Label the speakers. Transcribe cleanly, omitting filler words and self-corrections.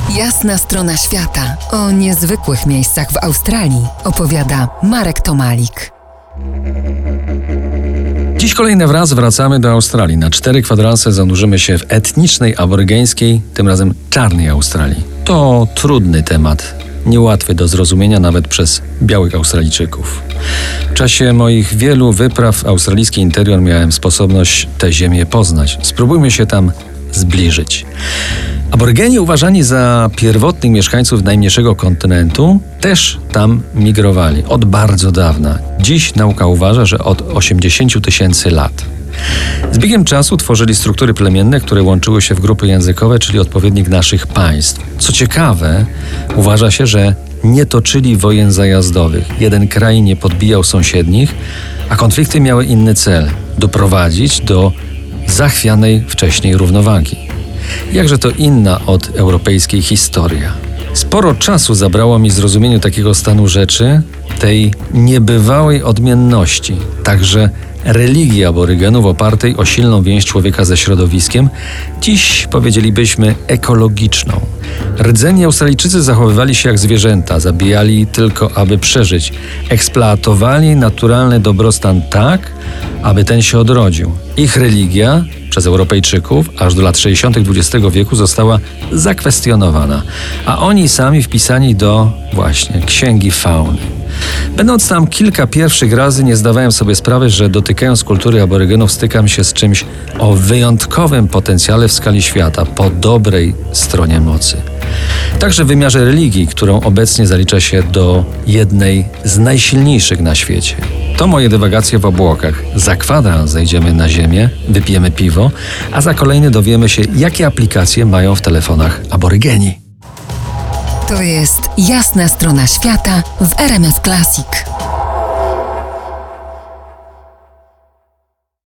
Speaker 1: Jasna strona świata. O niezwykłych miejscach w Australii opowiada Marek Tomalik.
Speaker 2: Dziś kolejny raz wracamy do Australii. Na 4 kwadranse zanurzymy się w etnicznej, aborygeńskiej, tym razem czarnej Australii. To trudny temat, niełatwy do zrozumienia nawet przez białych Australijczyków. W czasie moich wielu wypraw w australijski interior miałem sposobność tę ziemię poznać. Spróbujmy się tam zbliżyć. Aborygeni uważani za pierwotnych mieszkańców najmniejszego kontynentu też tam migrowali od bardzo dawna. Dziś nauka uważa, że od 80 000 lat. Z biegiem czasu tworzyli struktury plemienne, które łączyły się w grupy językowe, czyli odpowiednik naszych państw. Co ciekawe, uważa się, że nie toczyli wojen zajazdowych. Jeden kraj nie podbijał sąsiednich, a konflikty miały inny cel – doprowadzić do zachwianej wcześniej równowagi. Jakże to inna od europejskiej historia. Sporo czasu zabrało mi zrozumieniu takiego stanu rzeczy, tej niebywałej odmienności, także religii aborygenów opartej o silną więź człowieka ze środowiskiem, dziś powiedzielibyśmy ekologiczną. Rdzenni Australijczycy zachowywali się jak zwierzęta, zabijali tylko, aby przeżyć. Eksploatowali naturalny dobrostan tak, aby ten się odrodził. Ich religia przez Europejczyków aż do lat 60. XX wieku została zakwestionowana, a oni sami wpisani do właśnie Księgi Fauny. Będąc tam kilka pierwszych razy nie zdawałem sobie sprawy, że dotykając kultury aborygenów stykam się z czymś o wyjątkowym potencjale w skali świata, po dobrej stronie mocy. Także w wymiarze religii, którą obecnie zalicza się do jednej z najsilniejszych na świecie. To moje dywagacje w obłokach. Za kwadrans zejdziemy na ziemię, wypijemy piwo, a za kolejny dowiemy się, jakie aplikacje mają w telefonach aborygeni.
Speaker 1: To jest Jasna strona świata w RMF Classic.